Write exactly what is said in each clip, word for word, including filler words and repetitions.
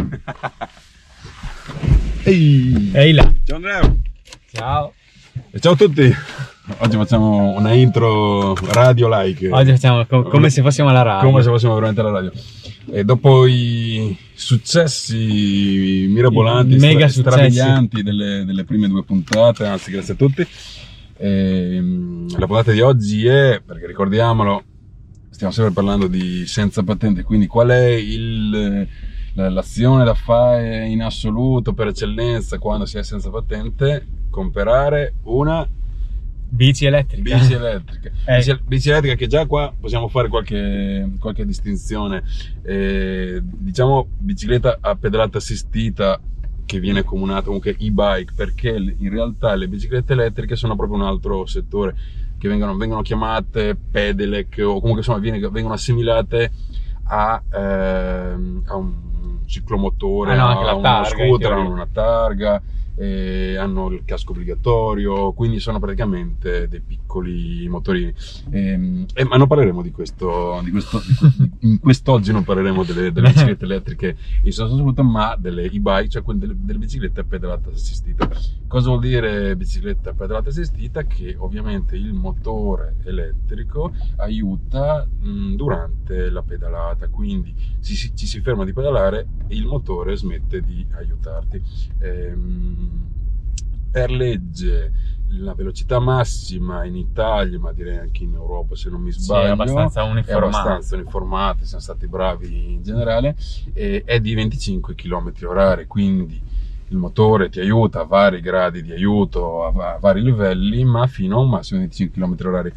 Ehi! Ehi là! Ciao Andrea! Ciao! E ciao a tutti! Oggi facciamo una intro radio-like. Oggi facciamo com- come se fossimo alla radio. Come se fossimo veramente alla radio. E dopo i successi mirabolanti, I mega stra- successi. strabilianti delle, delle prime due puntate, anzi grazie a tutti, ehm, la puntata di oggi è, perché ricordiamolo, stiamo sempre parlando di senza patente, quindi qual è il, l'azione da fare in assoluto per eccellenza quando si è senza patente? Comprare una bici elettrica. bici elettrica. Eh. Bici, bici elettrica che già qua possiamo fare qualche, qualche distinzione. Eh, diciamo bicicletta a pedalata assistita, che viene comunata comunque e-bike, perché in realtà le biciclette elettriche sono proprio un altro settore, che vengono, vengono chiamate pedelec o comunque insomma viene, vengono assimilate a, ehm, a un ciclomotore, ah, no, anche a la uno targa, scooter, hanno una targa, eh, hanno il casco obbligatorio, quindi sono praticamente dei piccoli motorini. Eh, eh, ma non parleremo di questo, di questo di, in quest'oggi non parleremo delle, delle biciclette elettriche in senso assoluto, ma delle e-bike, cioè delle, delle biciclette a pedalata assistita. Cosa vuol dire bicicletta a pedalata assistita? Che ovviamente il motore elettrico aiuta mh, durante la pedalata, quindi ci, ci si ferma di pedalare e il motore smette di aiutarti. Ehm, per legge la velocità massima in Italia, ma direi anche in Europa se non mi sbaglio, sì, è abbastanza uniformata, è abbastanza uniformata, siamo stati bravi in generale, e è di venticinque chilometri orari, quindi il motore ti aiuta a vari gradi di aiuto, a, a vari livelli, ma fino a un massimo di venticinque chilometri orari.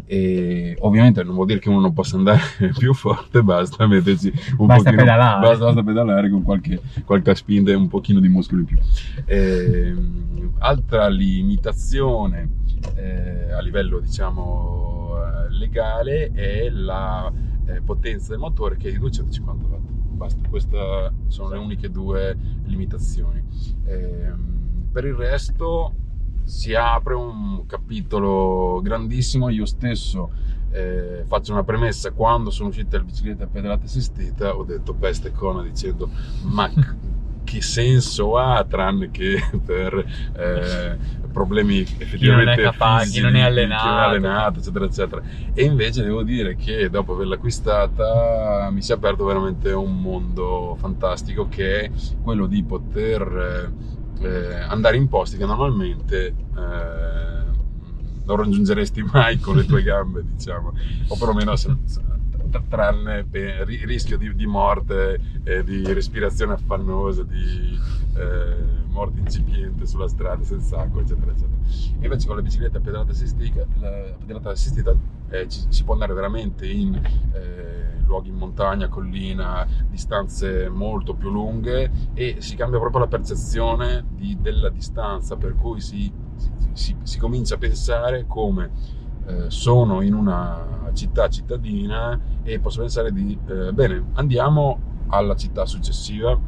E ovviamente non vuol dire che uno non possa andare più forte, basta metterci un basta pochino, pedalare. Basta, basta pedalare con qualche, qualche spinta e un pochino di muscolo in più. E, altra limitazione eh, a livello diciamo legale è la eh, potenza del motore, che è di duecentocinquanta watt. Basta, queste sono le uniche due limitazioni. Eh, per il resto si apre un capitolo grandissimo. Io stesso eh, faccio una premessa: quando sono uscita la bicicletta a pedalata assistita ho detto peste cona, dicendo ma che senso ha, tranne che per eh, problemi effettivamente chi non è capace, fisici, chi non è allenato, chi non è allenato eccetera eccetera. E invece devo dire che dopo averla acquistata mi si è aperto veramente un mondo fantastico, che è quello di poter eh, andare in posti che normalmente eh, non raggiungeresti mai con le tue gambe, diciamo, o perlomeno se, tranne per rischio di, di morte, eh, di respirazione affannosa, di eh, morte incipiente sulla strada senza acqua eccetera eccetera. E invece con la bicicletta a pedalata assistita, la pedalata assistita eh, ci, si può andare veramente in eh, luoghi in montagna, collina, distanze molto più lunghe, e si cambia proprio la percezione di, della distanza, per cui si, si, si, si comincia a pensare come Eh, sono in una città cittadina e posso pensare di eh, bene, andiamo alla città successiva,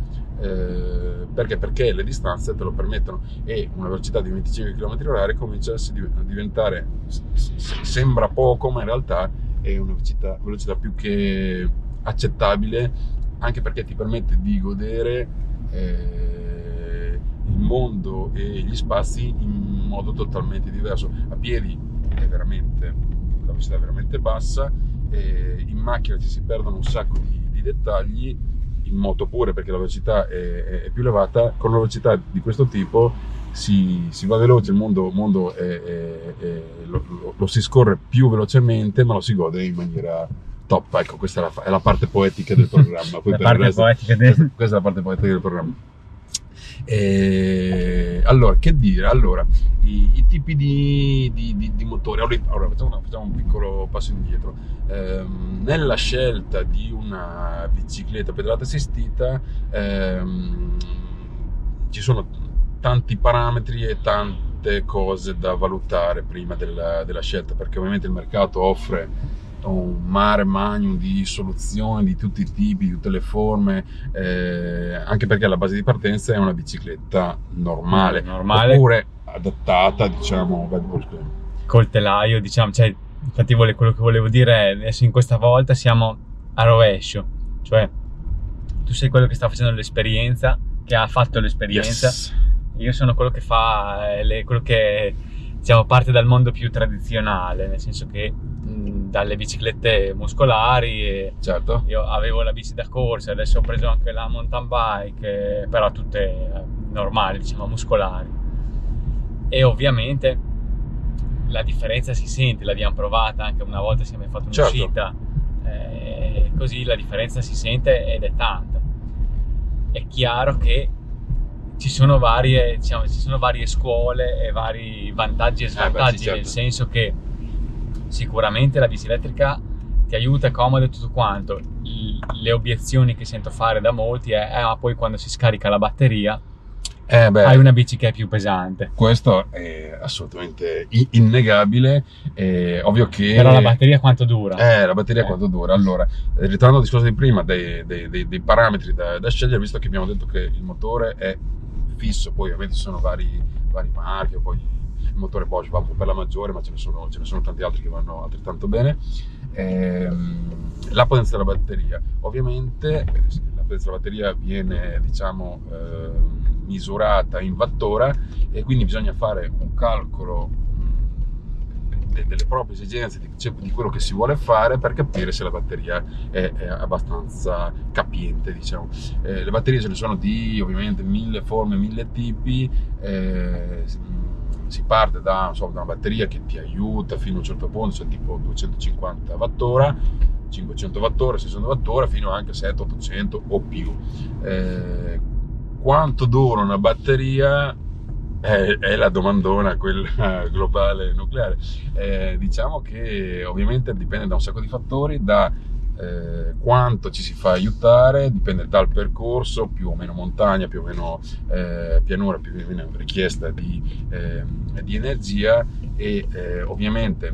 eh, perché perché le distanze te lo permettono, e una velocità di venticinque chilometri orari comincia a diventare, sembra poco, ma in realtà è una velocità, velocità più che accettabile, anche perché ti permette di godere eh, il mondo e gli spazi in modo totalmente diverso. A piedi è veramente, la velocità è veramente bassa, e in macchina ci si perdono un sacco di, di dettagli, in moto pure, perché la velocità è, è, è più elevata. Con una velocità di questo tipo si, si va veloce, il mondo, mondo è, è, è, lo, lo, lo si scorre più velocemente, ma lo si gode in maniera top. Ecco, questa è la, è la parte poetica del programma. Poi la per parte resto, poetica del... questa, questa è la parte poetica del programma. E allora, che dire? Allora, i, i tipi di, di, di, di motori. Allora, facciamo, facciamo un piccolo passo indietro. Ehm, nella scelta di una bicicletta pedalata assistita ehm, ci sono tanti parametri e tante cose da valutare prima della, della scelta, perché ovviamente il mercato offre un mare magnum di soluzioni di tutti i tipi, di tutte le forme, eh, anche perché la base di partenza è una bicicletta normale, normale. oppure adattata, diciamo, col telaio, diciamo, cioè, infatti quello che volevo dire è, adesso in questa volta siamo a rovescio, cioè tu sei quello che sta facendo l'esperienza, che ha fatto l'esperienza. Yes. Io sono quello che fa, eh, le, quello che diciamo parte dal mondo più tradizionale, nel senso che mh, dalle biciclette muscolari, e Certo. io avevo la bici da corsa, adesso ho preso anche la mountain bike, eh, però tutte eh, normali, diciamo muscolari. E ovviamente la differenza si sente, l'abbiamo provata anche una volta, se abbiamo fatto Certo. un'uscita, eh, così la differenza si sente ed è tanta. È chiaro che ci sono varie, diciamo, ci sono varie scuole e vari vantaggi e svantaggi, Eh beh, sì, certo. nel senso che sicuramente la bici elettrica ti aiuta, è comodo e tutto quanto. I- le obiezioni che sento fare da molti è eh, ma poi quando si scarica la batteria Eh beh, hai una bici che è più pesante. questo è assolutamente i- innegabile. È ovvio che... Però la batteria quanto dura? Eh, la batteria Eh. quanto dura? Allora, eh, ritornando al discorso di prima, dei, dei- dei- dei parametri da, da scegliere, visto che abbiamo detto che il motore è fisso, poi ovviamente ci sono vari, vari marchi, poi il motore Bosch va un po' per la maggiore, ma ce ne sono, ce ne sono tanti altri che vanno altrettanto bene. Ehm, la potenza della batteria, ovviamente, eh, la potenza della batteria viene, diciamo, ehm, misurata in wattora, e quindi bisogna fare un calcolo mh, de- delle proprie esigenze, di, cioè, di quello che si vuole fare, per capire se la batteria è, è abbastanza capiente, diciamo. Eh, le batterie ce ne sono di ovviamente mille forme, mille tipi. eh, si parte da, insomma, da una batteria che ti aiuta fino a un certo punto, cioè tipo duecentocinquanta wattora, cinquecento wattora, seicento wattora, fino anche a settecento, ottocento o più. Eh, quanto dura una batteria è, è la domandona, quella globale nucleare. Eh, diciamo che ovviamente dipende da un sacco di fattori, da eh, quanto ci si fa aiutare, dipende dal percorso, più o meno montagna, più o meno eh, pianura, più o meno richiesta di, eh, di energia, e eh, ovviamente,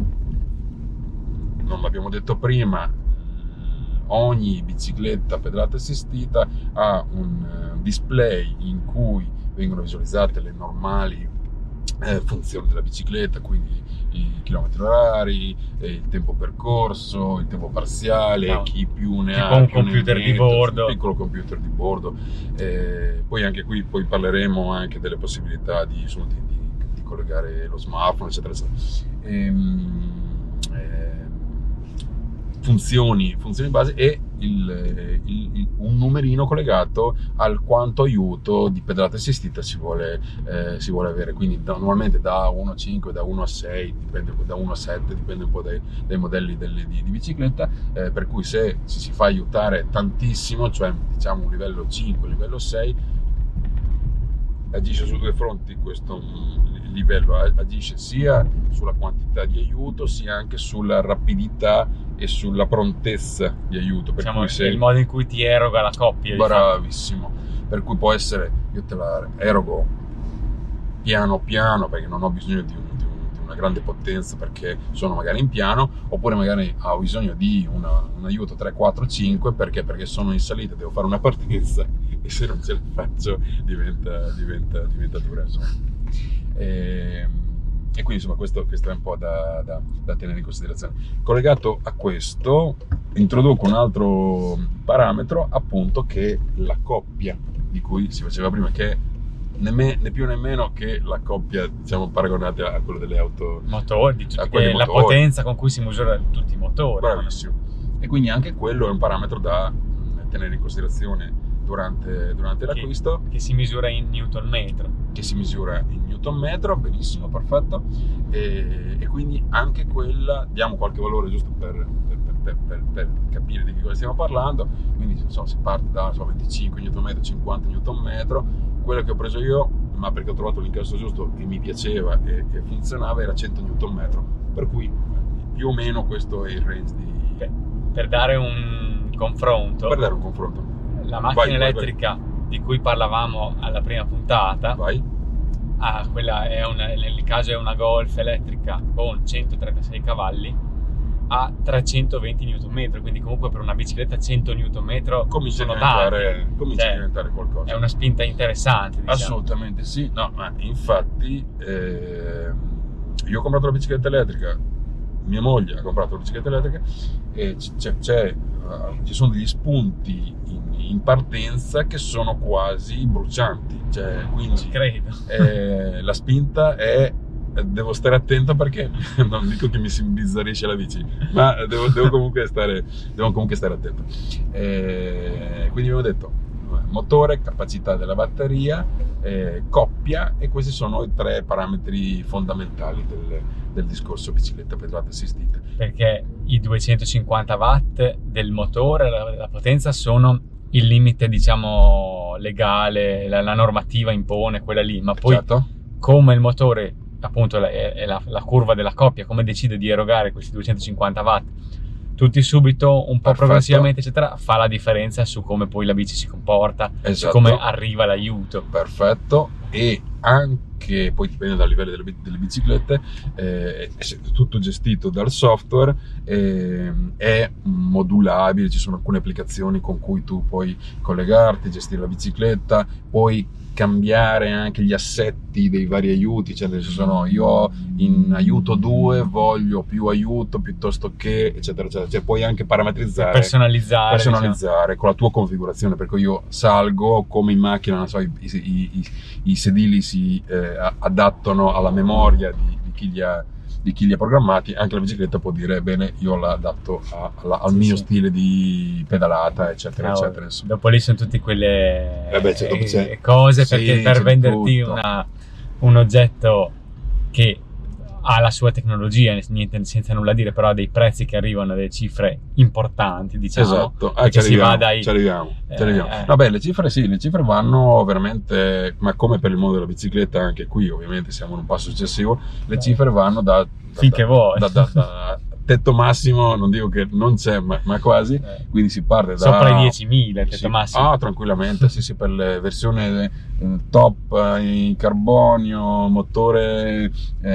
non l'abbiamo detto prima, ogni bicicletta pedalata assistita ha un uh, display in cui vengono visualizzate le normali eh, funzioni della bicicletta, quindi i chilometri orari, eh, il tempo percorso, il tempo parziale, No, chi più ne tipo ha, un più ne computer di mette, bordo. un piccolo computer di bordo. Eh, poi anche qui poi parleremo anche delle possibilità di, insomma, di, di, di collegare lo smartphone, eccetera, eccetera. Ehm, eh, funzioni, funzioni base, e il, il, il, un numerino collegato al quanto aiuto di pedalata assistita si vuole, eh, si vuole avere, quindi da, normalmente da uno a cinque, da uno a sei, dipende, da uno a sette, dipende un po' dai, dai modelli delle, di, di bicicletta, eh, per cui se ci si fa aiutare tantissimo, cioè diciamo un livello cinque, un livello sei, agisce su due fronti. Questo livello agisce sia sulla quantità di aiuto, sia anche sulla rapidità e sulla prontezza di aiuto, per Diciamo, cui sei il modo in cui ti eroga la coppia. bravissimo, per cui può essere, io te la erogo piano piano perché non ho bisogno di, un, di, un, di una grande potenza, perché sono magari in piano, oppure magari ho bisogno di una, un aiuto tre, quattro, cinque, perché perché sono in salita, devo fare una partenza e se non ce la faccio diventa, diventa, diventa dura, insomma. E, e quindi insomma questo, questo è un po' da, da, da tenere in considerazione. Collegato a questo introduco un altro parametro, appunto, che la coppia di cui si faceva prima, che è né, me, né più né meno che la coppia, diciamo, paragonata a quello delle auto motori, di tutti, a quelli che la motori. potenza con cui si misura tutti i motori. Bravissimo. E quindi anche quello è un parametro da tenere in considerazione durante, durante l'acquisto, che, che si misura in newton metro, che si misura in newton metro, benissimo, perfetto, e, e quindi anche quella diamo qualche valore giusto per, per, per, per, per capire di che cosa stiamo parlando. Quindi insomma, si parte da so, venticinque newton metro, cinquanta newton metro. Quello che ho preso io, ma perché ho trovato l'incasso giusto e mi piaceva e, e funzionava, era cento newton metro, per cui più o meno questo è il range di... per, per dare un confronto, per dare un confronto la macchina vai, elettrica vai, vai. di cui parlavamo alla prima puntata, vai. Ah, quella è una, nel caso è una Golf elettrica con centotrentasei cavalli a trecentoventi newton metro, quindi comunque per una bicicletta cento newton metro comincia, a sono diventare, tanti. comincia cioè, a diventare qualcosa. È una spinta interessante, diciamo. Assolutamente sì. No, ma infatti eh, io ho comprato la bicicletta elettrica, mia moglie ha comprato la bicicletta elettrica, e c'è, c'è uh, ci sono degli spunti in, in partenza che sono quasi brucianti, cioè, quindi credo. Eh, la spinta è, devo stare attento perché non dico che mi si imbizzarisce la bici, ma devo, devo, comunque, stare, devo comunque stare attento. Eh, quindi abbiamo detto motore, capacità della batteria, eh, coppia, e questi sono i tre parametri fondamentali del, del discorso bicicletta pedalata assistita. Perché i duecentocinquanta watt del motore, la, la potenza, sono il limite, diciamo, legale, la, la normativa impone quella lì, ma poi Certo. come il motore, appunto, è, è la, la curva della coppia, come decide di erogare questi duecentocinquanta watt tutti subito, un po' Perfetto. Progressivamente, eccetera, fa la differenza su come poi la bici si comporta, Esatto. su come arriva l'aiuto. Perfetto. E anche, poi dipende dal livello delle, delle biciclette, eh, è tutto gestito dal software, eh, è modulabile, ci sono alcune applicazioni con cui tu puoi collegarti, gestire la bicicletta, puoi cambiare anche gli assetti dei vari aiuti, cioè nel senso, no, io in aiuto due voglio più aiuto piuttosto che eccetera eccetera, cioè puoi anche parametrizzare, personalizzare, personalizzare diciamo, con la tua configurazione, perché io salgo come in macchina, non so, i, i, i, i sedili si eh, adattano alla memoria di, di chi li ha di chi li ha programmati, anche la bicicletta può dire bene, io la adatto a, alla, al sì, mio sì. stile di pedalata, eccetera, no, eccetera. Insomma. Dopo lì sono tutte quelle Eh beh, cioè, dopo c'è, cose, sì, perché per c'è venderti tutto. una, un oggetto che ha la sua tecnologia, niente, senza nulla dire, però ha dei prezzi che arrivano a delle cifre importanti, diciamo. Esatto, eh, che ci si arriviamo, va dai, ci arriviamo, eh, ci arriviamo. eh. Vabbè, le cifre sì, le cifre vanno veramente, ma come per il mondo della bicicletta, anche qui ovviamente siamo in un passo successivo, le cifre vanno da, da finché da, vuoi. Da, da, da tetto massimo, non dico che non c'è, ma, ma quasi, Eh. quindi si parte da Sopra i diecimila il tetto sì, massimo. ah, tranquillamente, sì, sì, per le versioni eh, top, eh, in carbonio, motore,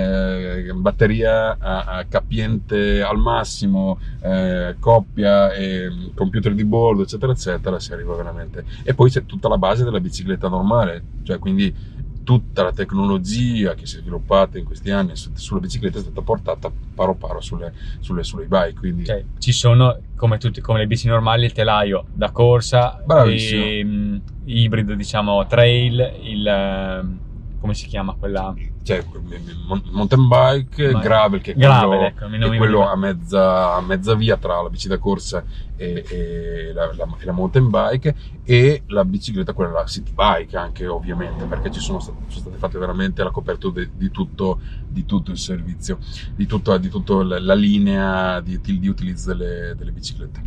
eh, batteria a, a capiente al massimo, eh, coppia e computer di bordo, eccetera, eccetera, si arriva veramente. E poi c'è tutta la base della bicicletta normale, cioè quindi tutta la tecnologia che si è sviluppata in questi anni su, sulla bicicletta è stata portata paro paro sulle, sulle, sulle bike, quindi Cioè, ci sono, come tutti, come le bici normali, il telaio da corsa, bravissimo, e, mh, ibrido, diciamo, trail, il, come si chiama quella? cioè mountain bike, Ma- gravel, che è gravel, quello, ecco, non è mi quello veniva. a mezza, a mezza via tra la bici da corsa e, e, la, la, e la mountain bike, e la bicicletta, quella la city bike anche, ovviamente, perché ci sono state, sono state fatte veramente la copertura di, di, tutto, di tutto il servizio, di tutta di tutto la, la linea di, di utilizzo delle, delle biciclette.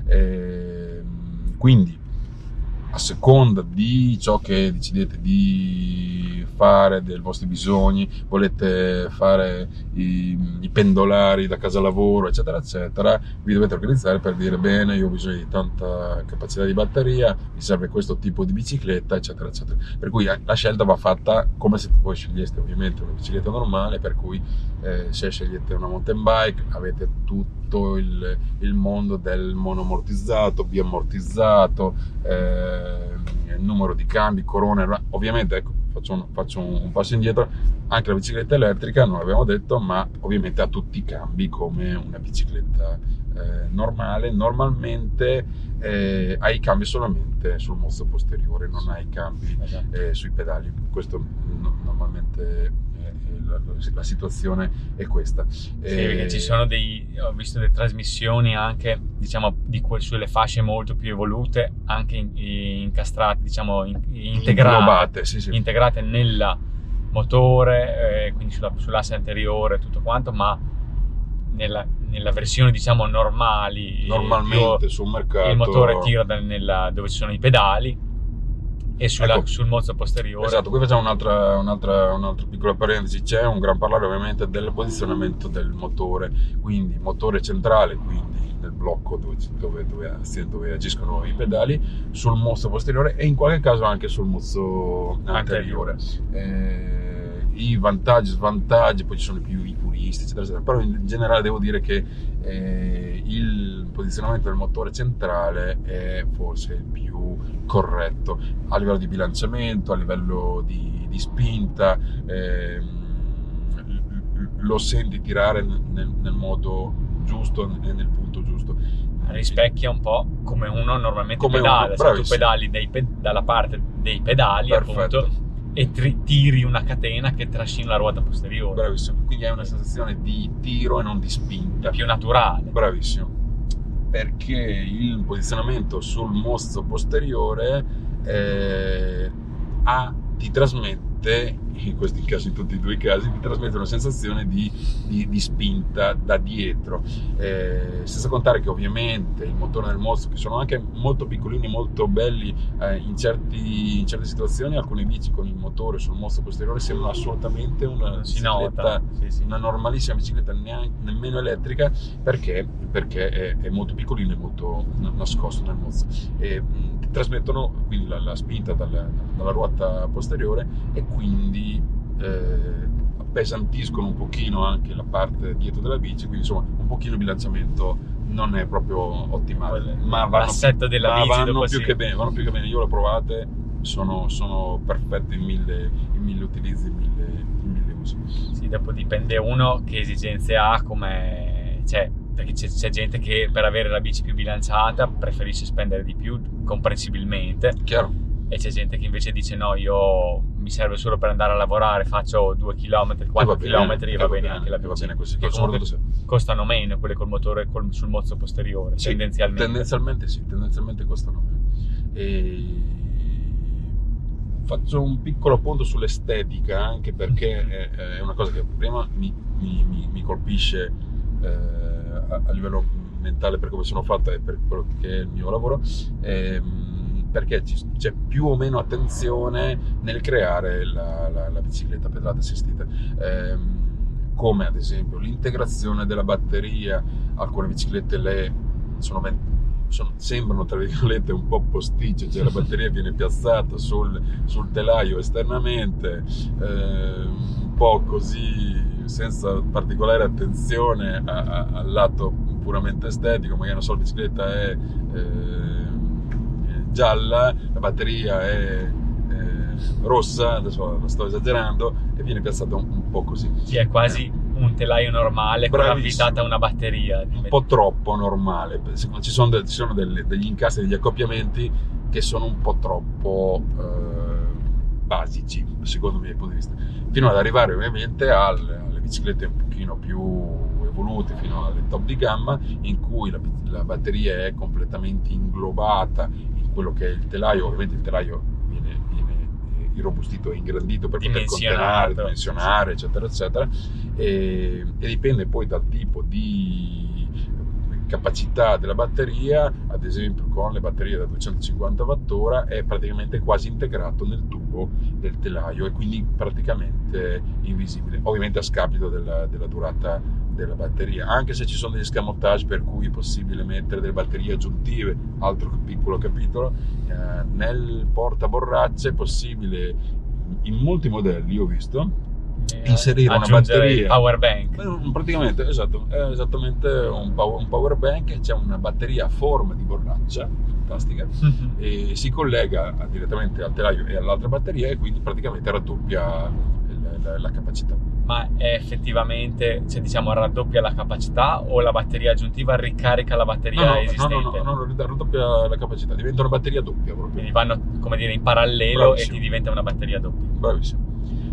E, quindi a seconda di ciò che decidete di fare, dei vostri bisogni, volete fare i, i pendolari da casa lavoro, eccetera, eccetera, vi dovete organizzare per dire bene, io ho bisogno di tanta capacità di batteria, mi serve questo tipo di bicicletta, eccetera, eccetera. Per cui la scelta va fatta come se voi sceglieste ovviamente una bicicletta normale, per cui eh, se scegliete una mountain bike avete tutto il, il mondo del monoammortizzato, biammortizzato, eh, il numero di cambi, corone, ovviamente, ecco, faccio, un, faccio un, un passo indietro, anche la bicicletta elettrica, non l'abbiamo detto, ma ovviamente ha tutti i cambi come una bicicletta eh, normale. Normalmente eh, ha i cambi solamente sul mozzo posteriore, non ha i cambi Esatto. eh, sui pedali. Questo no, normalmente la, la situazione è questa. Sì, perché ci sono dei, ho visto delle trasmissioni anche, diciamo, di que- sulle fasce molto più evolute, anche in, incastrate, diciamo, in, integrate, inglobate, sì, sì. integrate nel motore, eh, quindi sulla, sull'asse anteriore, tutto quanto, ma nella, nella versione, diciamo, normali, normalmente più, sul mercato il motore tira da, nella, dove ci sono i pedali, e sulla, ecco, sul mozzo posteriore. Esatto, qui facciamo un'altra, un'altra, un'altra piccola parentesi. C'è un gran parlare ovviamente del posizionamento del motore, quindi motore centrale, quindi nel blocco dove, dove, dove, dove agiscono i pedali, sul mozzo posteriore e in qualche caso anche sul mozzo anteriore. Eh, I vantaggi, svantaggi, poi ci sono più i puristi, eccetera, eccetera. Però in generale devo dire che eh, il posizionamento del motore centrale è forse il più corretto a livello di bilanciamento, a livello di, di spinta, ehm, lo senti tirare nel, nel modo giusto e nel punto giusto. rispecchia un po' come uno normalmente come pedala, uno, cioè tu pedali dei pe- dalla parte dei pedali, perfetto, appunto, e tri- tiri una catena che trascina la ruota posteriore. Bravissimo, quindi hai una sensazione di tiro e non di spinta. È più naturale. Bravissimo, perché il posizionamento sul mozzo posteriore eh, ha, ti trasmette, in questi casi, in tutti e due i casi, ti trasmette una sensazione di, di, di spinta da dietro, eh, senza contare che ovviamente il motore del mozzo, che sono anche molto piccolini, molto belli, eh, in, certi, in certe situazioni alcune bici con il motore sul mozzo posteriore sembrano assolutamente una bicicletta, sì, sì. una normalissima bicicletta, neanche, nemmeno elettrica, perché, perché è, è molto piccolino e molto nascosto nel mozzo, e mh, ti trasmettono quindi la, la spinta dalla, dalla ruota posteriore, e quindi eh, appesantiscono un pochino anche la parte dietro della bici, quindi insomma un pochino il bilanciamento non è proprio ottimale, ma vanno, l'assetto della ma bici vanno più sì. che bene, vanno più che bene. Io l'ho provate, sono, sono perfette in mille, in mille utilizzi, in mille, in mille usi. Sì, dopo dipende uno che esigenze ha, come cioè, perché c'è, c'è gente che per avere la bici più bilanciata preferisce spendere di più, comprensibilmente. Chiaro. E c'è gente che invece dice no, io mi serve solo per andare a lavorare, faccio due chilometri, quattro chilometri e va bene anche la bici. Va bene così, che comunque costano meno quelle col motore col, sul mozzo posteriore, sì, tendenzialmente. Tendenzialmente sì, tendenzialmente costano meno. E faccio un piccolo appunto sull'estetica, anche perché è, è una cosa che prima mi, mi, mi, mi colpisce eh, a, a livello mentale, per come sono fatta e per quello che è il mio lavoro. Ehm, perché c'è più o meno attenzione nel creare la, la, la bicicletta pedalata assistita, ehm, come ad esempio l'integrazione della batteria. Alcune biciclette le sono, sono, sembrano tra virgolette un po' posticce, cioè la batteria viene piazzata sul, sul telaio esternamente, ehm, un po' così, senza particolare attenzione a, a, al lato puramente estetico. Magari una sola bicicletta è eh, gialla, la batteria è eh, rossa, adesso la sto esagerando, e viene piazzata un, un po' così. Sì, è quasi un telaio normale con avvitata una batteria. Un po' troppo normale. Ci sono, de- ci sono delle, degli incastri, degli accoppiamenti che sono un po' troppo eh, basici, secondo il mio punto di vista, fino ad arrivare ovviamente alle, alle biciclette un pochino più evolute, fino alle top di gamma, in cui la, la batteria è completamente inglobata in quello che è il telaio. Ovviamente il telaio viene, viene irrobustito e ingrandito per poter contenere, dimensionare, eccetera eccetera, e, e dipende poi dal tipo di capacità della batteria. Ad esempio con le batterie da duecentocinquanta watt è praticamente quasi integrato nel tubo del telaio, e quindi praticamente invisibile, ovviamente a scapito della, della durata della batteria, anche se ci sono degli escamotage per cui è possibile mettere delle batterie aggiuntive. Altro piccolo capitolo, eh, nel portaborracce è possibile in molti modelli, ho visto, inserire una batteria, il power bank, praticamente, esatto, è esattamente un power, un power bank. C'è una batteria a forma di borraccia fantastica e si collega direttamente al telaio e all'altra batteria, e quindi praticamente raddoppia la, la, la capacità. Ma è effettivamente, cioè diciamo, raddoppia la capacità, o la batteria aggiuntiva ricarica la batteria no, no, esistente? No, no, no, no, raddoppia la capacità, diventa una batteria doppia proprio. Quindi vanno, come dire, in parallelo. Bravissimo. E ti diventa una batteria doppia. Bravissimo.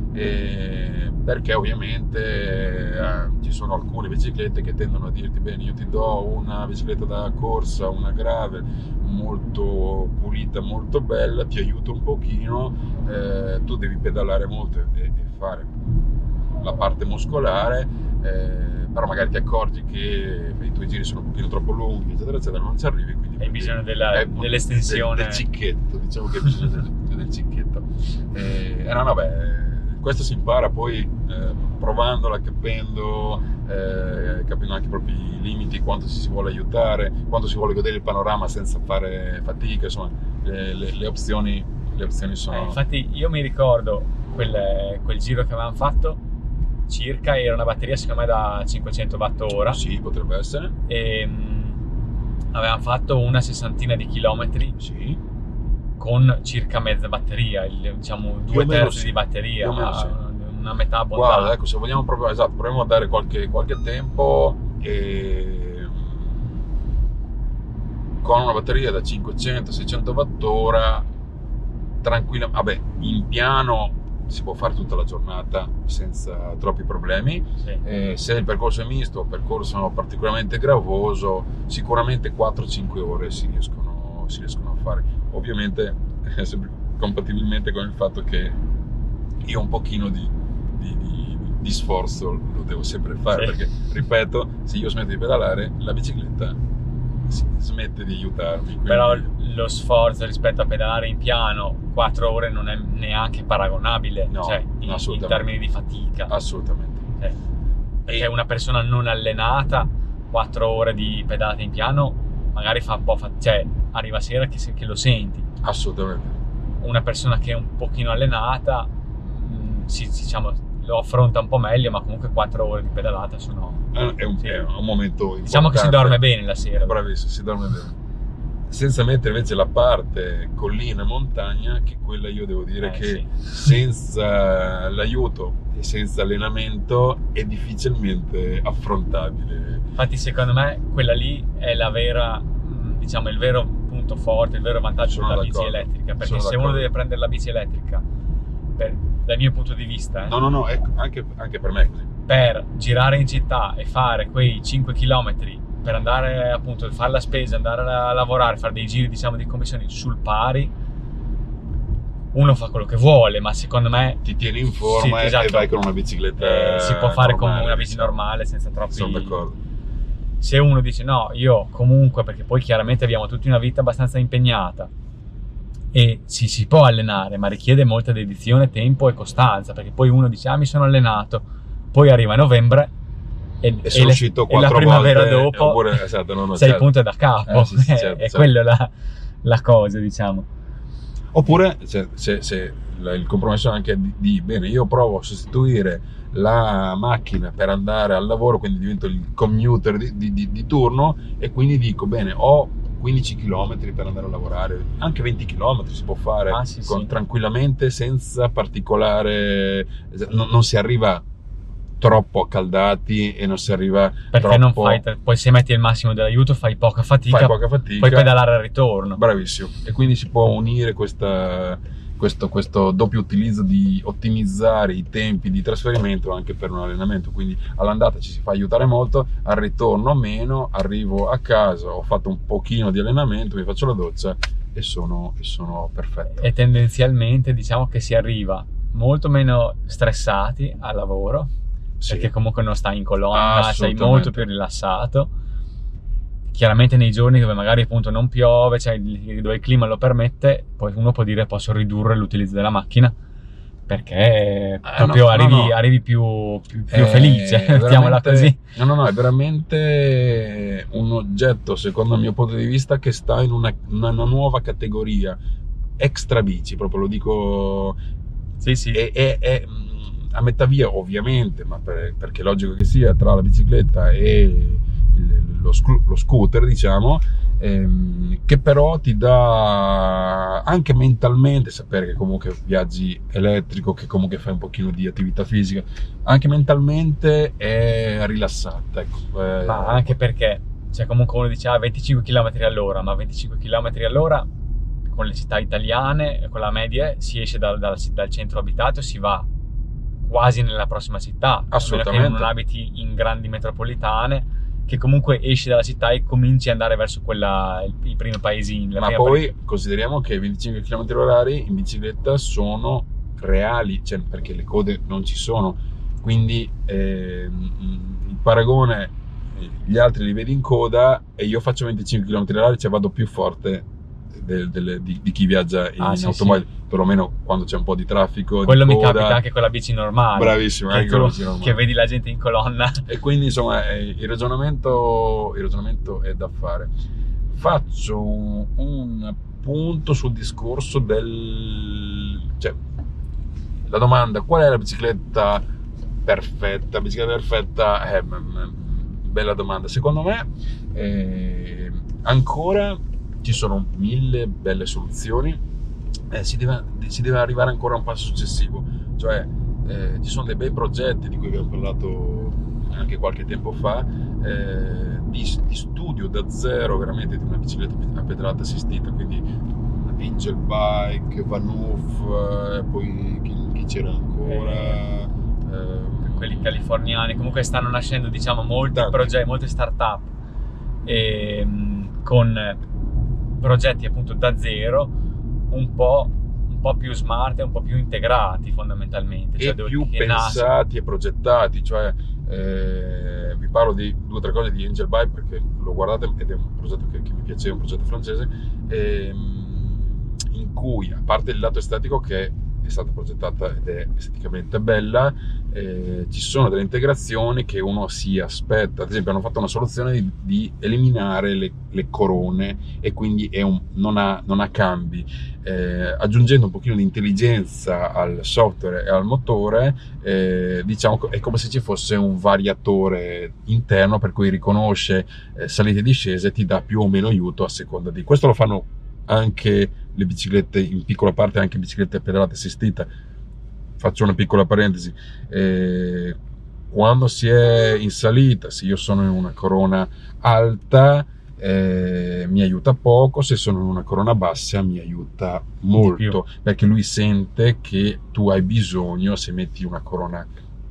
E perché ovviamente eh, ci sono alcune biciclette che tendono a dirti: bene, io ti do una bicicletta da corsa, una gravel molto pulita, molto bella, ti aiuto un pochino, eh, tu devi pedalare molto e, e fare la parte muscolare, eh, però magari ti accorgi che i tuoi giri sono un pochino troppo lunghi, eccetera eccetera, non ci arrivi, quindi hai bisogno della, è, dell'estensione, del, del cicchetto, diciamo che hai bisogno del, del cicchetto. E eh, no, no, beh, questo si impara poi eh, provandola, capendo, eh, capendo anche i propri limiti, quanto si vuole aiutare, quanto si vuole godere il panorama senza fare fatica. Insomma, le, le, le opzioni le opzioni sono... Eh, infatti io mi ricordo quel, quel giro che avevamo fatto, circa, era una batteria secondo me da cinquecento watt ora. Sì, potrebbe essere. E mh, avevamo fatto una sessantina di chilometri. Sì. Con circa mezza batteria, il, diciamo due terzi sì. di batteria, più o meno, sì. una metà abbondante. Guarda, ecco, se vogliamo proprio, esatto, proviamo a dare qualche, qualche tempo e con una batteria da cinquecento seicento watt-ora tranquilla. Vabbè, in piano si può fare tutta la giornata senza troppi problemi. Sì. Eh, se il percorso è misto o percorso particolarmente gravoso, sicuramente quattro cinque ore si riescono, si riescono a fare, ovviamente eh, sempre compatibilmente con il fatto che io un pochino di, di, di, di sforzo lo devo sempre fare, sì. Perché ripeto, se io smetto di pedalare la bicicletta smette di aiutarmi, quindi... Però lo sforzo rispetto a pedalare in piano quattro ore non è neanche paragonabile, no, cioè in, in termini di fatica. Assolutamente. Cioè, perché una persona non allenata quattro ore di pedalata in piano magari fa un po' fa- cioè arriva a sera che, che lo senti. Assolutamente. Una persona che è un pochino allenata mh, si, diciamo lo affronta un po' meglio, ma comunque quattro ore di pedalata sono... È un, sì. è un momento importante. Diciamo che si dorme bene la sera. Bravissimo, si dorme bene. Senza mettere invece la parte collina e montagna, che quella io devo dire eh, che sì. senza l'aiuto e senza allenamento è difficilmente affrontabile. Infatti secondo me quella lì è la vera, diciamo, il vero punto forte, il vero vantaggio Sono della d'accordo. bici elettrica, perché Sono se d'accordo. uno deve prendere la bici elettrica, per, dal mio punto di vista, eh, No, no, no, ecco, anche, anche per me è così. per girare in città e fare quei cinque chilometri per andare appunto a fare la spesa, andare a lavorare, fare dei giri diciamo di commissioni sul pari, uno fa quello che vuole, ma secondo me Ti tieni in forma sì, e- esatto. e vai con una bicicletta. eh, si può fare normale, con una bici diciamo. normale senza troppi... Sono d'accordo. Se uno dice no, io comunque, perché poi chiaramente abbiamo tutti una vita abbastanza impegnata e ci si può allenare, ma richiede molta dedizione, tempo e costanza, perché poi uno dice ah mi sono allenato, poi arriva novembre e, E sono le- uscito e la quattro primavera volte, dopo oppure, esatto, no, no, sei certo. punto da capo. Eh, sì, sì, è certo, è certo. quella la, la cosa, diciamo. Oppure se, se, se la- il compromesso è anche di, di bene, io provo a sostituire la macchina per andare al lavoro, quindi divento il commuter di, di, di, di turno, e quindi dico bene, ho quindici chilometri per andare a lavorare, anche venti chilometri si può fare Ah, sì, con, sì. tranquillamente, senza particolare, non, non si arriva troppo accaldati e non si arriva Perché troppo, non fai, poi se metti il massimo dell'aiuto fai poca fatica, fai poca fatica, puoi pedalare al ritorno. bravissimo, e quindi si può unire questa, questo, questo doppio utilizzo di ottimizzare i tempi di trasferimento anche per un allenamento, quindi all'andata ci si fa aiutare molto, al ritorno meno, arrivo a casa, ho fatto un pochino di allenamento, mi faccio la doccia e sono, e sono perfetto. E tendenzialmente diciamo che si arriva molto meno stressati al lavoro, Sì. perché comunque non stai in colonna, sei Assolutamente. molto più rilassato. Chiaramente nei giorni dove magari appunto non piove, cioè dove il clima lo permette, poi uno può dire posso ridurre l'utilizzo della macchina, perché Eh, proprio no, no, arrivi, no. arrivi più, più, più È felice, mettiamola veramente- così. No, no, no, è veramente un oggetto, secondo il mio punto di vista, che sta in una, una nuova categoria, extra bici, proprio lo dico, Sì, sì. è, è- è, mh, a metà via ovviamente, ma per- perché è logico che sia, tra la bicicletta e il- lo, scu- lo scooter, diciamo, ehm, che però ti dà anche mentalmente, sapere che comunque viaggi elettrico, che comunque fai un pochino di attività fisica, anche mentalmente è rilassante, ecco. Eh, Ma anche perché, cioè comunque uno dice ah, venticinque chilometri all'ora, ma venticinque chilometri all'ora con le città italiane, con la media, si esce dal, dal, dal centro abitato e si va quasi nella prossima città. Assolutamente. A meno che non abiti in grandi metropolitane, che comunque esci dalla città e cominci ad andare verso quella, il- i primi paesini. La ma prima poi pari- consideriamo che venticinque chilometri orari in bicicletta sono reali, cioè perché le code non ci sono, quindi ehm, il paragone, eh, gli altri li vedi in coda e io faccio venticinque chilometri orari, cioè vado più forte del- del- di, di chi viaggia in Ah, sì, automobile, perlomeno quando c'è un po' di traffico, quello di mi coda. capita anche con la bici normale. Bravissimo, che, anche tu- con la bici normale. che vedi la gente in colonna. E quindi insomma eh, il ragionamento, il ragionamento è da fare. Faccio un, un punto sul discorso del, cioè, la domanda qual è la bicicletta perfetta? Bicicletta perfetta è una bella domanda. Secondo me eh, ancora ci sono mille belle soluzioni, eh, si, deve, si deve arrivare ancora a un passo successivo, cioè eh, ci sono dei bei progetti di cui abbiamo parlato anche qualche tempo fa, eh, di, di studio da zero veramente di una bicicletta a pedalata assistita, quindi Angel Bike, Van Hoof, eh, poi chi, chi c'era ancora? Eh, eh, quelli californiani, comunque stanno nascendo, diciamo, molti tanti. progetti, molte start-up e, con progetti appunto da zero, un po', un po' più smart e un po' più integrati fondamentalmente. E cioè dove, più pensati nasce... e progettati, cioè eh, vi parlo di due o tre cose di Angel Bike perché l'ho guardato ed è un progetto che, che mi piaceva, un progetto francese, ehm, in cui, a parte il lato estetico che è stata progettata ed è esteticamente bella, eh, ci sono delle integrazioni che uno si aspetta. Ad esempio hanno fatto una soluzione di, di eliminare le, le corone e quindi è un, non, ha, non ha cambi, eh, aggiungendo un pochino di intelligenza al software e al motore, eh, diciamo è come se ci fosse un variatore interno per cui riconosce eh, salite e discese e ti dà più o meno aiuto a seconda di questo. Lo fanno anche le biciclette, in piccola parte anche biciclette a pedalata assistita. Faccio una piccola parentesi, eh, quando si è in salita, se io sono in una corona alta eh, mi aiuta poco, se sono in una corona bassa mi aiuta molto, perché lui sente che tu hai bisogno, se metti una corona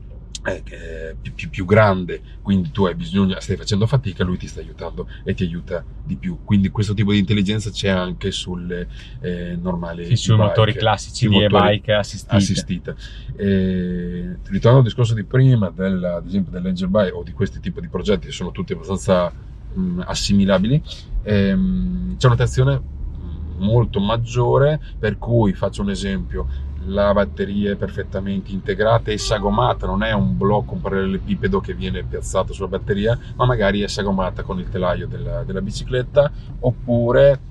eh, più, più, più grande, quindi tu hai bisogno, stai facendo fatica, lui ti sta aiutando e ti aiuta di più. Quindi questo tipo di intelligenza c'è anche sulle eh, normali sì, sui motori classici di e-bike assistite, assistite. Eh, ritorno al discorso di prima del, ad esempio dell'Angel Bike o di questi tipi di progetti che sono tutti abbastanza mh, assimilabili, ehm, c'è un'attenzione molto maggiore, per cui faccio un esempio: la batteria è perfettamente integrata e sagomata, non è un blocco, un parallelepipedo che viene piazzato sulla batteria, ma magari è sagomata con il telaio della, della bicicletta. Oppure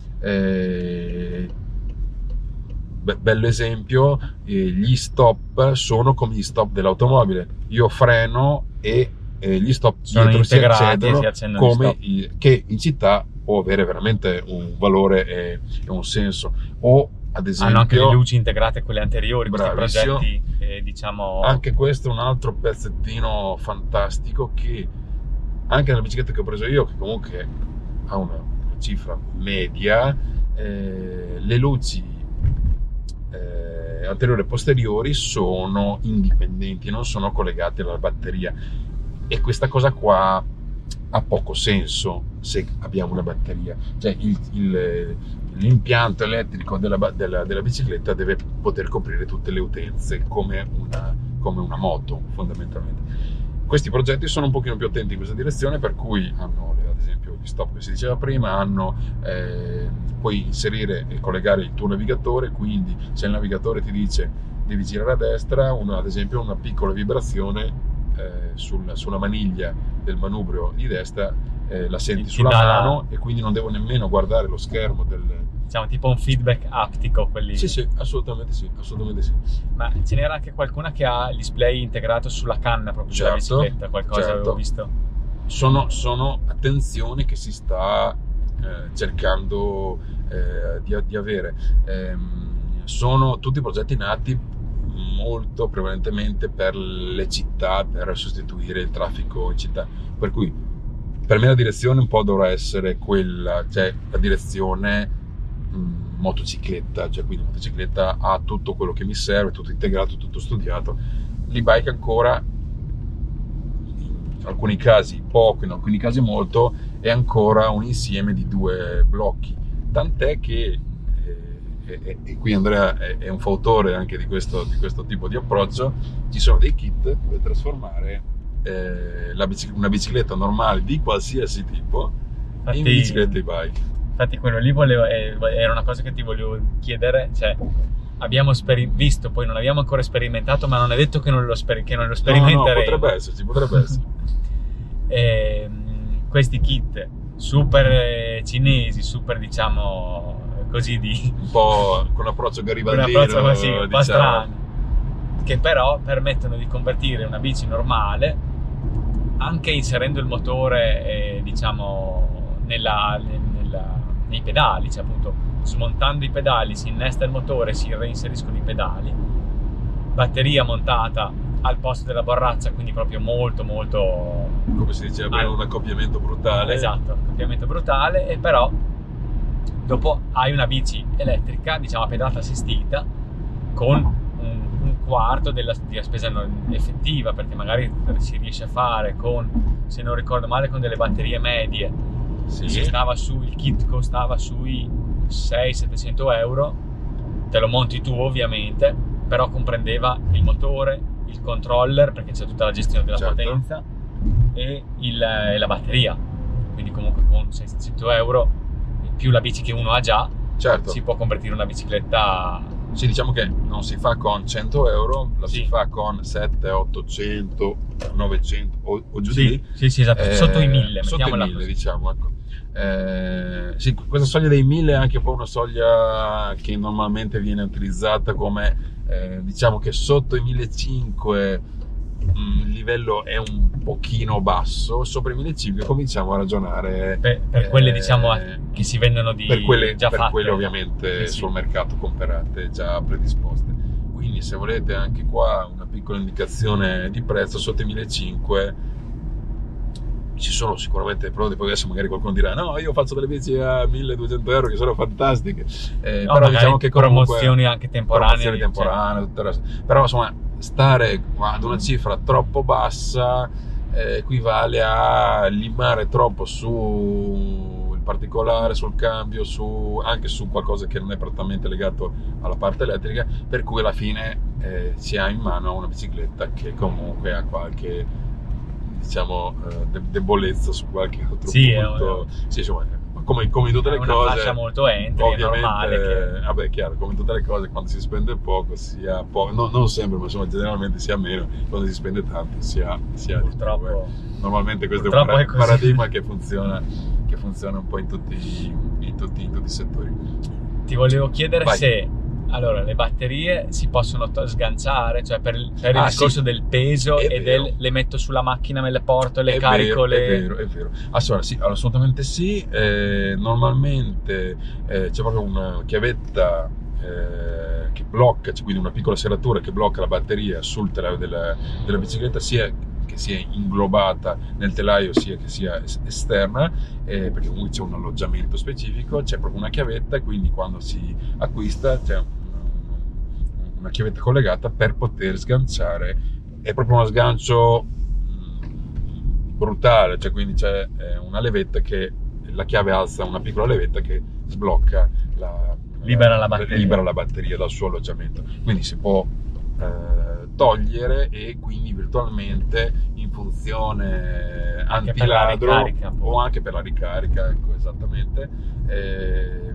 eh, be- bello esempio, eh, gli stop sono come gli stop dell'automobile, io freno e eh, gli stop sono dietro si accendono, si accendono come i, che in città può avere veramente un valore e, e un senso. O ad esempio, hanno anche le luci integrate, quelle anteriori, questi bravissimo. progetti eh, diciamo anche questo è un altro pezzettino fantastico, che anche nella bicicletta che ho preso io, che comunque ha una cifra media, eh, le luci eh, anteriori e posteriori sono indipendenti, non sono collegate alla batteria, e questa cosa qua ha poco senso se abbiamo una batteria. Cioè il, il, l'impianto elettrico della, della, della bicicletta deve poter coprire tutte le utenze come una, come una moto fondamentalmente. Questi progetti sono un pochino più attenti in questa direzione, per cui hanno ad esempio gli stop che si diceva prima, hanno eh, puoi inserire e collegare il tuo navigatore, quindi se il navigatore ti dice devi girare a destra, una, ad esempio una piccola vibrazione Eh, sul, sulla maniglia del manubrio di destra eh, la senti ti sulla dà... mano, e quindi non devo nemmeno guardare lo schermo del... diciamo tipo un feedback aptico, quelli... Sì, sì, assolutamente sì, assolutamente sì. Ma ce n'era anche qualcuna che ha il display integrato sulla canna proprio certo, della bicicletta, qualcosa certo. avevo visto. Sono, sono attenzioni che si sta eh, cercando eh, di, di avere. Ehm, sono tutti progetti nati molto prevalentemente per le città, per sostituire il traffico in città, per cui per me la direzione un po' dovrà essere quella, cioè la direzione mh, motocicletta, cioè quindi motocicletta ha tutto quello che mi serve, tutto integrato, tutto studiato. L'e-bike ancora, in alcuni casi poco, in alcuni casi molto, è ancora un insieme di due blocchi, tant'è che E, e qui Andrea è, è un fautore anche di questo, di questo tipo di approccio. Ci sono dei kit per trasformare eh, la bicic- una bicicletta normale di qualsiasi tipo infatti, in bicicletta e-bike. Infatti quello lì volevo, eh, era una cosa che ti volevo chiedere, cioè abbiamo speri- visto, poi non abbiamo ancora sperimentato, ma non è detto che non lo, sper- che non lo sperimenteremo. No, no, potrebbe esserci, potrebbe esserci. eh, questi kit super cinesi, super diciamo così di un po' con l'approccio garibaldino, un approccio così, un po' diciamo. strano, che però permettono di convertire una bici normale anche inserendo il motore eh, diciamo nella, nella, nei pedali, cioè appunto smontando i pedali si innesta il motore, si reinseriscono i pedali, batteria montata al posto della borraccia, quindi proprio molto molto, come si diceva prima, al... un accoppiamento brutale. Esatto, accoppiamento brutale. E però dopo hai una bici elettrica, diciamo a pedata assistita, con un, un quarto della, della spesa non effettiva, perché magari si riesce a fare con, se non ricordo male, con delle batterie medie. Sì. Si stava su, il kit costava sui seicento settecento euro, te lo monti tu ovviamente, però comprendeva il motore, il controller, perché c'è tutta la gestione della certo. potenza, e, il, e la batteria. Quindi comunque con seicento settecento euro più la bici che uno ha già, certo. si può convertire una bicicletta. Sì, diciamo che non si fa con cento euro, la Sì. si fa con settecento, ottocento, novecento o, o giù di Sì, lì. sì, sì, esatto, Eh, sotto i mille, sotto i mettiamola mille, così. diciamo, ecco. Eh, sì, questa soglia dei mille è anche un po' una soglia che normalmente viene utilizzata come, eh, diciamo che sotto i millecinquecento mh, il livello è un pochino basso, sopra i millecinquecento cominciamo a ragionare Per, per quelle eh, diciamo che si vendono di per quelle, già per fatte. quelle ovviamente Sì, sì. sul mercato comprate già predisposte. Quindi se volete anche qua una piccola indicazione di prezzo, sotto i millecinquecento ci sono sicuramente prodotti. Poi adesso magari qualcuno dirà no, io faccio delle bici a milleduecento euro che sono fantastiche, eh, No, però diciamo che comunque promozioni anche temporanee, promozioni temporanee, tutto il resto. Però insomma stare ad una cifra troppo bassa eh, equivale a limare troppo su il particolare, sul cambio, su, anche su qualcosa che non è prettamente legato alla parte elettrica, per cui alla fine eh, si ha in mano una bicicletta che comunque ha qualche, diciamo, de- debolezza su qualche altro Sì, punto. è, Sì, insomma, come, come in tutte è le una cose, fascia molto entry, è ovviamente, normale che... vabbè, chiaro, come in tutte le cose, quando si spende poco si ha poco, no, non sempre, ma insomma generalmente si ha meno, quando si spende tanto si ha, si ha Purtroppo, di più, eh. Normalmente questo purtroppo è un è così. paradigma che funziona, che funziona un po' in tutti, in tutti, in tutti i settori. Ti volevo chiedere Vai. se allora le batterie si possono to- sganciare, cioè per, per il Ah, discorso sì. del peso È e vero. del le metto sulla macchina, me le porto, le È carico, vero, le... è vero, è vero. Allora, sì, assolutamente sì. Eh, normalmente eh, c'è proprio una chiavetta eh, che blocca, cioè quindi una piccola serratura che blocca la batteria sul telaio della, della bicicletta, sia che sia inglobata nel telaio sia che sia es- esterna, eh, perché comunque c'è un alloggiamento specifico, c'è proprio una chiavetta, e quindi quando si acquista c'è un- una chiavetta collegata per poter sganciare. È proprio uno sgancio mh, brutale, cioè quindi c'è eh, una levetta che la chiave alza una piccola levetta che sblocca la, Libera la batteria. libera la batteria dal suo alloggiamento, quindi si può eh, togliere, e quindi virtualmente in funzione Anche per la antiladro ricarica, poi. o anche per la ricarica, ecco, esattamente, eh,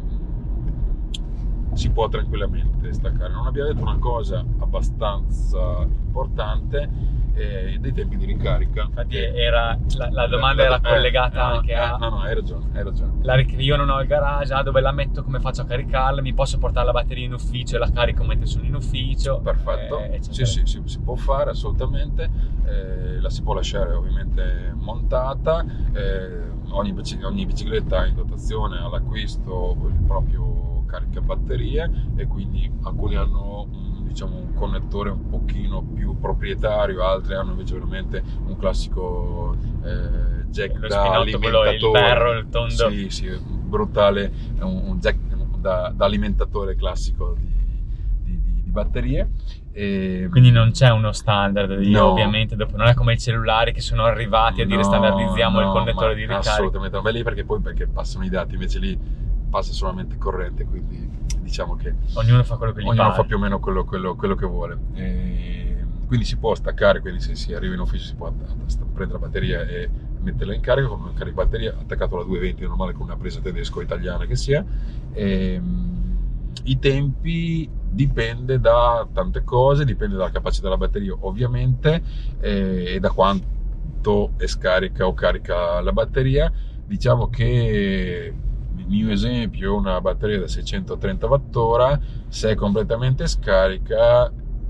si può tranquillamente staccare. Non abbiamo detto una cosa abbastanza importante, eh, dei tempi di ricarica. Infatti era, la, la domanda era eh, collegata eh, anche eh, a... no, no, hai ragione, hai ragione. La ric- io non ho il garage, ah, dove la metto, come faccio a caricarla, mi posso portare la batteria in ufficio e la carico mentre sono in ufficio. Perfetto, eh, sì, sì, sì, si può fare assolutamente, eh, la si può lasciare ovviamente montata, eh, ogni, bici- ogni bicicletta ha in dotazione all'acquisto il proprio caricabatterie, e quindi alcuni hanno un, diciamo, un connettore un pochino più proprietario, altri hanno invece veramente un classico eh, jack Lo da spinotto, quello, il alimentatore. berro, il tondo. Sì, sì, brutale, un, un jack da, da alimentatore classico di, di, di, di batterie. E, Quindi non c'è uno standard. Io no. ovviamente dopo non è come i cellulari che sono arrivati a dire No, standardizziamo il no, connettore ma di ricarica. assolutamente no, ma lì perché poi perché passano i dati, invece lì passa solamente corrente, quindi diciamo che Ognuno fa quello che gli ognuno pare. fa più o meno quello, quello, quello che vuole, e quindi si può staccare, quindi se si arriva in ufficio si può prendere la batteria e metterla in carica con un caricabatteria attaccato alla duecentoventi normale, con una presa tedesca o italiana che sia. E, i tempi dipende da tante cose, dipende dalla capacità della batteria ovviamente, e da quanto è scarica o carica la batteria. Diciamo che il mio esempio è una batteria da seicentotrenta watt-ora, se è completamente scarica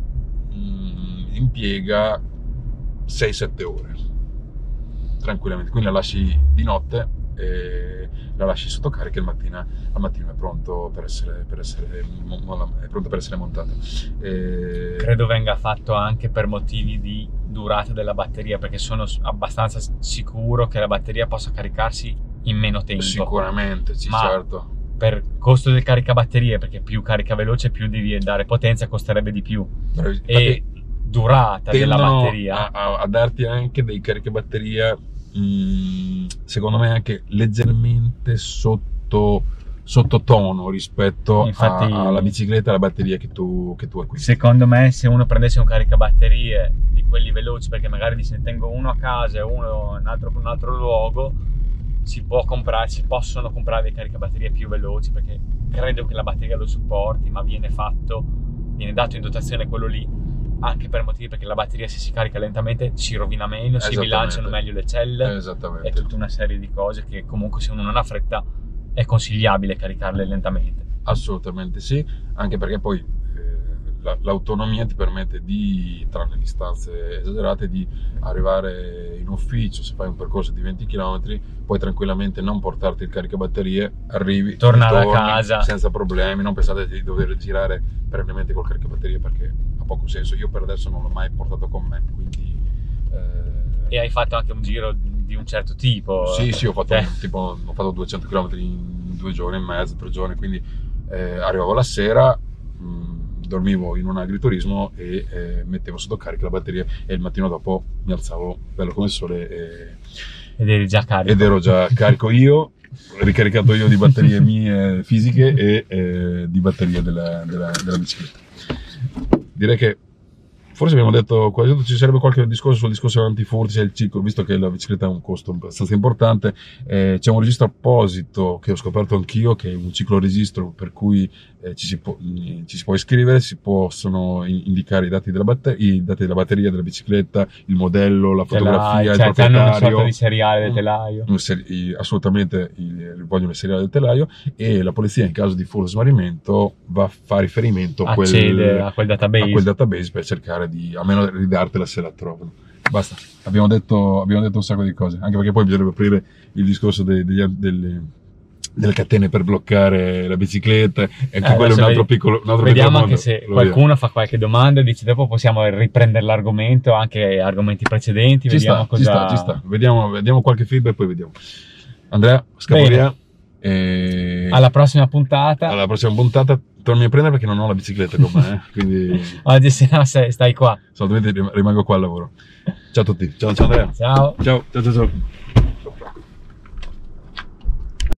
mh, impiega sei sette ore tranquillamente, quindi la lasci di notte e la lasci sotto carica e il mattina, al mattino è pronto per essere, per essere, è pronto per essere montato. E... credo venga fatto anche per motivi di durata della batteria, perché sono abbastanza sicuro che la batteria possa caricarsi in meno tempo. Sicuramente, sì, ma certo. Per costo del caricabatterie, perché più carica veloce, più devi dare potenza, costerebbe di più. Bravi. E infatti, durata della batteria a, a, a darti anche dei caricabatteria mh, secondo me anche leggermente sotto sottotono rispetto Infatti, a, alla bicicletta e alla batteria che tu, che tu acquisti. Secondo me, se uno prendesse un caricabatterie di quelli veloci, perché magari dice ne tengo uno a casa e uno in altro, in un altro luogo, si può comprare, si possono comprare dei caricabatterie più veloci, perché credo che la batteria lo supporti, ma viene fatto, viene dato in dotazione quello lì anche per motivi, perché la batteria, se si carica lentamente, si rovina meno, si bilanciano meglio le celle, esattamente, e tutta una serie di cose che comunque, se uno non ha fretta, è consigliabile caricarle lentamente. Assolutamente sì, anche perché poi eh, la, l'autonomia ti permette di, tranne distanze esagerate, di arrivare in ufficio. Se fai un percorso di venti chilometri, puoi tranquillamente non portarti il caricabatterie, arrivi, tornare a casa senza problemi. Non pensate di dover girare perennemente col caricabatterie, perché ha poco senso. Io per adesso non l'ho mai portato con me, quindi eh... e hai fatto anche un giro di un certo tipo? Sì, sì, ho fatto, eh. tipo, ho fatto duecento chilometri in due giorni e mezzo, tre giorni, quindi eh, arrivavo la sera, mh, dormivo in un agriturismo e eh, mettevo sotto carica la batteria, e il mattino dopo mi alzavo bello come il sole e, ed eri già carico. Ed ero già carico io, ricaricato io di batterie mie fisiche e eh, di batterie della, della, della bicicletta. Direi che forse abbiamo detto quasi tutto. Ci sarebbe qualche discorso sul discorso antifurti, il ciclo, visto che la bicicletta ha un costo abbastanza importante. Eh, c'è un registro apposito che ho scoperto anch'io, che è un cicloregistro, per cui eh, ci, si può, ci si può iscrivere, si possono indicare i dati della batteria, i dati della batteria della bicicletta, il modello, la fotografia, cioè, il proprietario. Hanno una sorta di seriale del telaio. Un seri- assolutamente il, vogliono il seriale del telaio, e la polizia, in caso di furto o smarrimento, va a fare riferimento a quel, a quel database. a quel database per cercare di almeno ridartela se la trovano. Basta, abbiamo detto, abbiamo detto un sacco di cose, anche perché poi bisognerebbe aprire il discorso dei, degli, delle, delle catene per bloccare la bicicletta, e anche eh, quello è un altro piccolo, un altro vediamo piccolo anche se qualcuno vediamo. fa qualche domanda e dice dopo possiamo riprendere l'argomento, anche argomenti precedenti. Ci vediamo sta, cosa... ci sta, ci sta. Vediamo, vediamo qualche feedback, poi vediamo. Andrea, scappo via. E... alla prossima puntata. Alla prossima puntata torni a prendere, perché non ho la bicicletta con me, eh? Quindi oggi se no stai qua. Solamente rimango qua al lavoro. Ciao a tutti. Ciao, ciao Andrea. Ciao. Ciao, ciao, ciao. ciao.